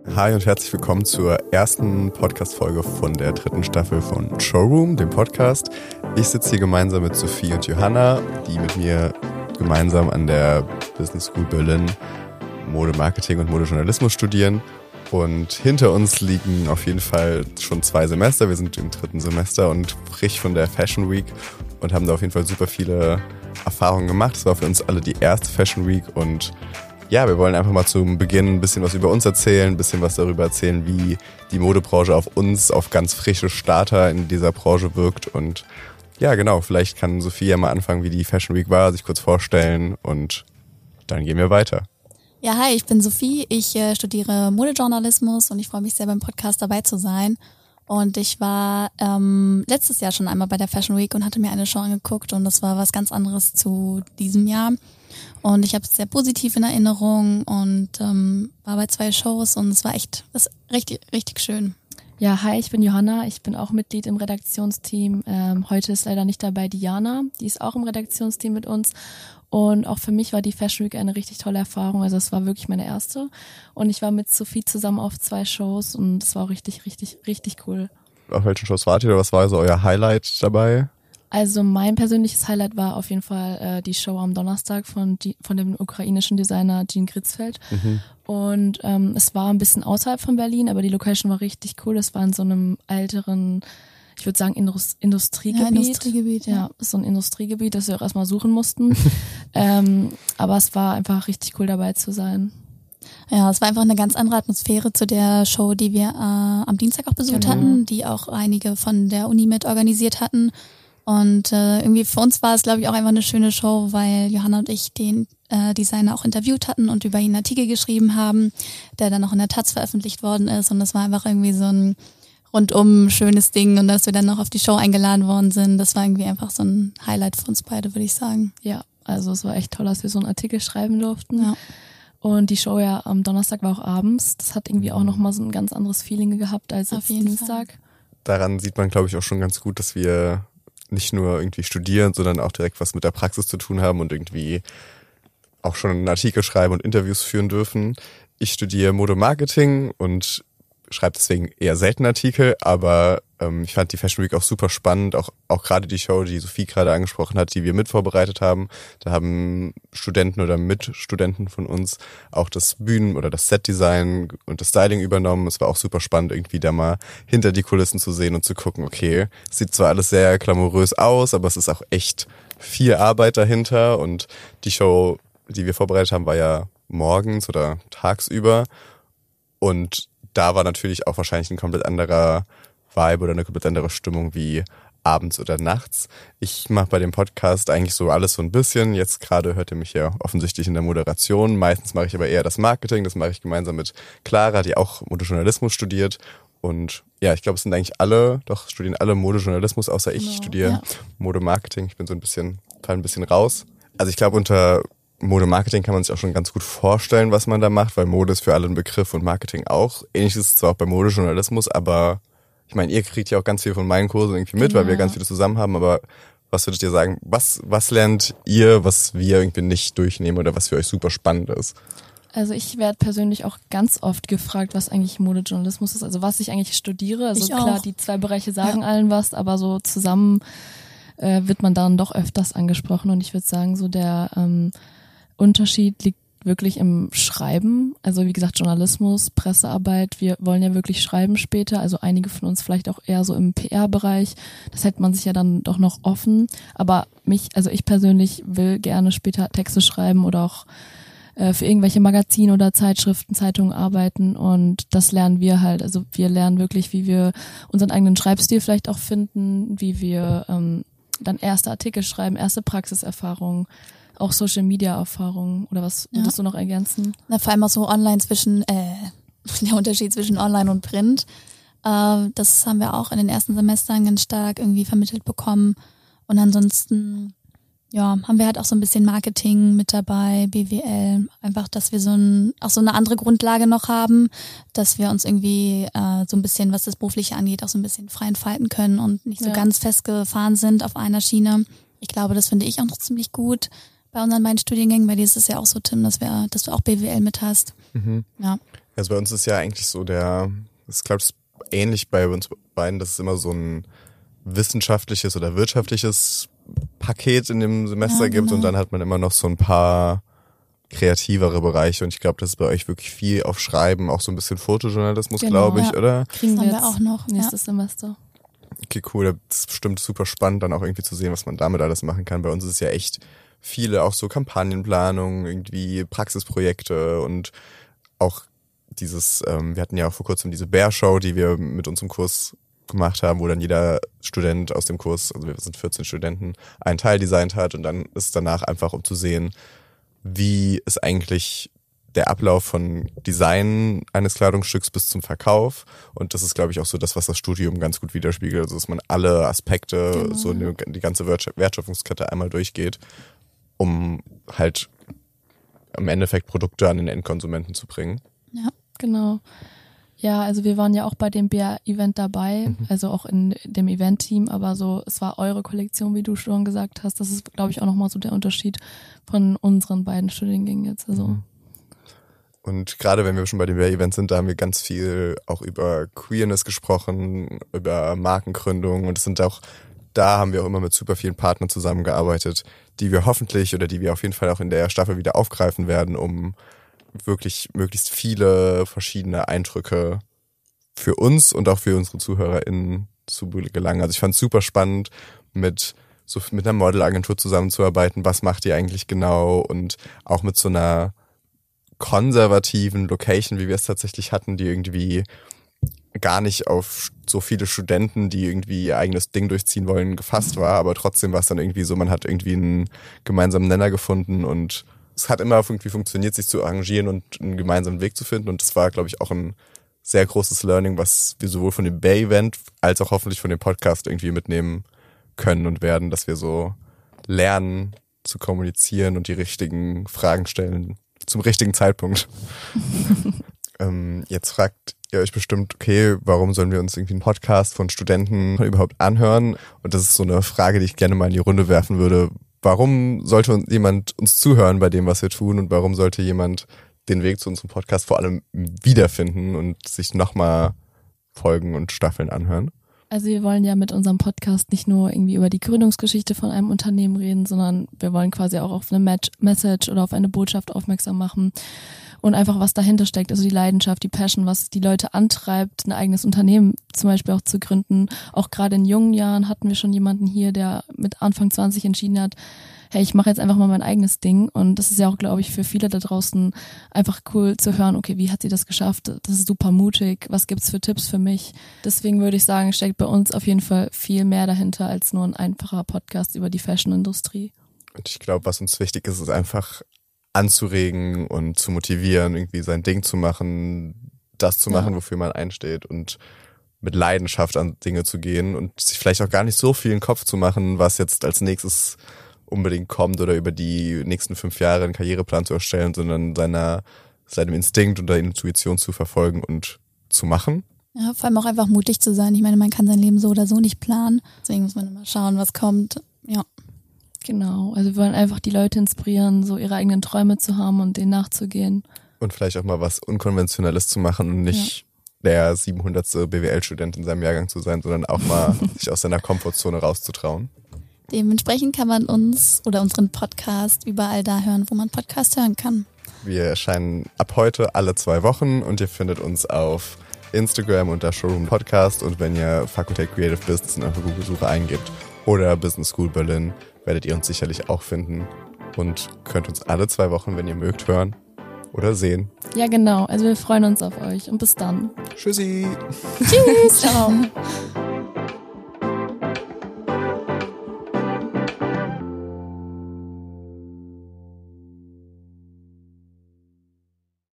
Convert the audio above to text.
Hi und herzlich willkommen zur ersten Podcast-Folge von der 3. Staffel von Showroom, dem Podcast. Ich sitze hier gemeinsam mit Sophie und Johanna, die mit mir gemeinsam an der Business School Berlin Modemarketing und Modejournalismus studieren. Und hinter uns liegen auf jeden Fall schon 2 Semester. Wir sind im 3. Semester und frisch von der Fashion Week und haben da auf jeden Fall super viele Erfahrungen gemacht. Es war für uns alle die erste Fashion Week und ja, wir wollen einfach mal zum Beginn ein bisschen was über uns erzählen, ein bisschen was darüber erzählen, wie die Modebranche auf uns, auf ganz frische Starter in dieser Branche wirkt. Und ja, genau, vielleicht kann Sophia mal anfangen, wie die Fashion Week war, sich kurz vorstellen und dann gehen wir weiter. Ja, hi, ich bin Sophie, ich studiere Modejournalismus und ich freue mich sehr, beim Podcast dabei zu sein. Und ich war letztes Jahr schon einmal bei der Fashion Week und hatte mir eine Show angeguckt und das war was ganz anderes zu diesem Jahr. Und ich habe es sehr positiv in Erinnerung und war bei 2 Shows und es war echt richtig schön. Ja, hi, ich bin Johanna, ich bin auch Mitglied im Redaktionsteam. Heute ist leider nicht dabei Diana, die ist auch im Redaktionsteam mit uns. Und auch für mich war die Fashion Week eine richtig tolle Erfahrung. Also es war wirklich meine erste. Und ich war mit Sophie zusammen auf 2 Shows und es war auch richtig cool. Auf welchen Shows wart ihr oder was war so euer Highlight dabei? Also mein persönliches Highlight war auf jeden Fall die Show am Donnerstag von dem ukrainischen Designer Jean Gritzfeld. Und es war ein bisschen außerhalb von Berlin, aber die Location war richtig cool. Es war in so einem älteren, ich würde sagen Industriegebiet. Ja, Industriegebiet, ja. Ja, so ein Industriegebiet, das wir auch erstmal suchen mussten. Aber es war einfach richtig cool dabei zu sein. Ja, es war einfach eine ganz andere Atmosphäre zu der Show, die wir am Dienstag auch besucht hatten, die auch einige von der Uni mit organisiert hatten. Und irgendwie für uns war es, glaube ich, auch einfach eine schöne Show, weil Johanna und ich den Designer auch interviewt hatten und über ihn einen Artikel geschrieben haben, der dann auch in der Taz veröffentlicht worden ist. Und das war einfach irgendwie so ein rundum schönes Ding. Und dass wir dann noch auf die Show eingeladen worden sind, das war irgendwie einfach so ein Highlight für uns beide, würde ich sagen. Ja, also es war echt toll, dass wir so einen Artikel schreiben durften. Ja. Und die Show ja am Donnerstag war auch abends. Das hat irgendwie auch nochmal so ein ganz anderes Feeling gehabt als Auf am jeden Dienstag. Fall. Daran sieht man, glaube ich, auch schon ganz gut, dass wir nicht nur irgendwie studieren, sondern auch direkt was mit der Praxis zu tun haben und irgendwie auch schon einen Artikel schreiben und Interviews führen dürfen. Ich studiere Modemarketing und schreibe deswegen eher selten Artikel, aber ich fand die Fashion Week auch super spannend, auch gerade die Show, die Sophie gerade angesprochen hat, die wir mit vorbereitet haben. Da haben Studenten oder Mitstudenten von uns auch das Bühnen- oder das Setdesign und das Styling übernommen. Es war auch super spannend, irgendwie da mal hinter die Kulissen zu sehen und zu gucken, okay, es sieht zwar alles sehr glamourös aus, aber es ist auch echt viel Arbeit dahinter und die Show, die wir vorbereitet haben, war ja morgens oder tagsüber und da war natürlich auch wahrscheinlich ein komplett anderer Vibe oder eine komplett andere Stimmung wie abends oder nachts. Ich mache bei dem Podcast eigentlich so alles so ein bisschen. Jetzt gerade hört ihr mich ja offensichtlich in der Moderation. Meistens mache ich aber eher das Marketing. Das mache ich gemeinsam mit Clara, die auch Modejournalismus studiert. Und ja, ich glaube, es sind eigentlich studieren alle Modejournalismus, außer ich studiere Modemarketing. Ich bin fall ein bisschen raus. Also ich glaube, unter Modemarketing kann man sich auch schon ganz gut vorstellen, was man da macht, weil Mode ist für alle ein Begriff und Marketing auch. Ähnlich ist es zwar auch bei Modejournalismus, aber ich meine, ihr kriegt ja auch ganz viel von meinen Kursen irgendwie mit, weil wir ganz viele zusammen haben, aber was würdet ihr sagen, was lernt ihr, was wir irgendwie nicht durchnehmen oder was für euch super spannend ist? Also ich werde persönlich auch ganz oft gefragt, was eigentlich Modejournalismus ist, also was ich eigentlich studiere. Also klar, die 2 Bereiche sagen allen was, aber so zusammen wird man dann doch öfters angesprochen und ich würde sagen, so der Unterschied liegt wirklich im Schreiben, also wie gesagt Journalismus, Pressearbeit, wir wollen ja wirklich schreiben später, also einige von uns vielleicht auch eher so im PR-Bereich, das hält man sich ja dann doch noch offen, aber ich persönlich will gerne später Texte schreiben oder auch für irgendwelche Magazine oder Zeitschriften, Zeitungen arbeiten und das lernen wir halt, also wir lernen wirklich, wie wir unseren eigenen Schreibstil vielleicht auch finden, wie wir dann erste Artikel schreiben, erste Praxiserfahrungen, auch Social-Media-Erfahrungen oder was würdest du noch ergänzen? Na, vor allem auch so online der Unterschied zwischen Online und Print. Das haben wir auch in den ersten Semestern ganz stark irgendwie vermittelt bekommen. Und ansonsten, ja, haben wir halt auch so ein bisschen Marketing mit dabei, BWL. Einfach, dass wir auch so eine andere Grundlage noch haben, dass wir uns irgendwie so ein bisschen, was das Berufliche angeht, auch so ein bisschen frei entfalten können und nicht so ganz festgefahren sind auf einer Schiene. Ich glaube, das finde ich auch noch ziemlich gut bei unseren beiden Studiengängen. Bei dir ist es ja auch so, Tim, dass du auch BWL mit hast. Mhm. Ja. Also bei uns ist ja eigentlich so ich glaube, es ist ähnlich bei uns beiden, dass es immer so ein wissenschaftliches oder wirtschaftliches Paket in dem Semester gibt und dann hat man immer noch so ein paar kreativere Bereiche und ich glaube, das ist bei euch wirklich viel auf Schreiben, auch so ein bisschen Fotojournalismus, glaube ich, oder? Kriegen wir jetzt auch noch nächstes Semester. Okay, cool. Das ist bestimmt super spannend, dann auch irgendwie zu sehen, was man damit alles machen kann. Bei uns ist es ja echt viele auch so Kampagnenplanung, irgendwie Praxisprojekte und auch wir hatten ja auch vor kurzem diese Bear-Show, die wir mit unserem Kurs gemacht haben, wo dann jeder Student aus dem Kurs, also wir sind 14 Studenten, einen Teil designt hat und dann ist es danach einfach, um zu sehen, wie ist eigentlich der Ablauf von Design eines Kleidungsstücks bis zum Verkauf. Und das ist, glaube ich, auch so das, was das Studium ganz gut widerspiegelt. Also, dass man alle Aspekte, so die ganze Wertschöpfungskette einmal durchgeht, um halt im Endeffekt Produkte an den Endkonsumenten zu bringen. Ja, genau. Ja, also wir waren ja auch bei dem BR-Event dabei, also auch in dem Event-Team, aber so, es war eure Kollektion, wie du schon gesagt hast. Das ist, glaube ich, auch nochmal so der Unterschied von unseren beiden Studiengängen jetzt. Also. Und gerade wenn wir schon bei dem BR-Event sind, da haben wir ganz viel auch über Queerness gesprochen, über Markengründung und da haben wir auch immer mit super vielen Partnern zusammengearbeitet, die wir hoffentlich oder die wir auf jeden Fall auch in der Staffel wieder aufgreifen werden, um wirklich möglichst viele verschiedene Eindrücke für uns und auch für unsere ZuhörerInnen zu gelangen. Also ich fand es super spannend, mit einer Modelagentur zusammenzuarbeiten. Was macht ihr eigentlich genau? Und auch mit so einer konservativen Location, wie wir es tatsächlich hatten, die irgendwie gar nicht auf so viele Studenten, die irgendwie ihr eigenes Ding durchziehen wollen, gefasst war. Aber trotzdem war es dann irgendwie so, man hat irgendwie einen gemeinsamen Nenner gefunden und es hat immer irgendwie funktioniert, sich zu arrangieren und einen gemeinsamen Weg zu finden. Und das war, glaube ich, auch ein sehr großes Learning, was wir sowohl von dem Bay-Event als auch hoffentlich von dem Podcast irgendwie mitnehmen können und werden, dass wir so lernen zu kommunizieren und die richtigen Fragen stellen zum richtigen Zeitpunkt. Jetzt fragt ihr euch bestimmt, okay, warum sollen wir uns irgendwie einen Podcast von Studenten überhaupt anhören? Und das ist so eine Frage, die ich gerne mal in die Runde werfen würde. Warum sollte jemand uns zuhören bei dem, was wir tun und warum sollte jemand den Weg zu unserem Podcast vor allem wiederfinden und sich nochmal Folgen und Staffeln anhören? Also wir wollen ja mit unserem Podcast nicht nur irgendwie über die Gründungsgeschichte von einem Unternehmen reden, sondern wir wollen quasi auch auf eine Message oder auf eine Botschaft aufmerksam machen und einfach was dahinter steckt, also die Leidenschaft, die Passion, was die Leute antreibt, ein eigenes Unternehmen zum Beispiel auch zu gründen. Auch gerade in jungen Jahren hatten wir schon jemanden hier, der mit Anfang 20 entschieden hat, hey, ich mache jetzt einfach mal mein eigenes Ding und das ist ja auch, glaube ich, für viele da draußen einfach cool zu hören, okay, wie hat sie das geschafft? Das ist super mutig, was gibt's für Tipps für mich? Deswegen würde ich sagen, steckt bei uns auf jeden Fall viel mehr dahinter als nur ein einfacher Podcast über die Fashion-Industrie. Und ich glaube, was uns wichtig ist, ist einfach anzuregen und zu motivieren, irgendwie sein Ding zu machen, das zu machen, wofür man einsteht und mit Leidenschaft an Dinge zu gehen und sich vielleicht auch gar nicht so viel in den Kopf zu machen, was jetzt als nächstes unbedingt kommt oder über die nächsten 5 Jahre einen Karriereplan zu erstellen, sondern seinem Instinkt und der Intuition zu verfolgen und zu machen. Ja, vor allem auch einfach mutig zu sein. Ich meine, man kann sein Leben so oder so nicht planen. Deswegen muss man immer schauen, was kommt. Ja. Genau, also wir wollen einfach die Leute inspirieren, so ihre eigenen Träume zu haben und denen nachzugehen. Und vielleicht auch mal was Unkonventionelles zu machen und nicht der 700. BWL-Student in seinem Jahrgang zu sein, sondern auch mal sich aus seiner Komfortzone rauszutrauen. Dementsprechend kann man uns oder unseren Podcast überall da hören, wo man Podcast hören kann. Wir erscheinen ab heute alle 2 Wochen und ihr findet uns auf Instagram unter Showroom Podcast und wenn ihr Fakultät Creative Business in eure Google-Suche eingibt oder Business School Berlin, werdet ihr uns sicherlich auch finden und könnt uns alle 2 Wochen, wenn ihr mögt, hören oder sehen. Ja, genau. Also wir freuen uns auf euch und bis dann. Tschüssi. Tschüss. Ciao.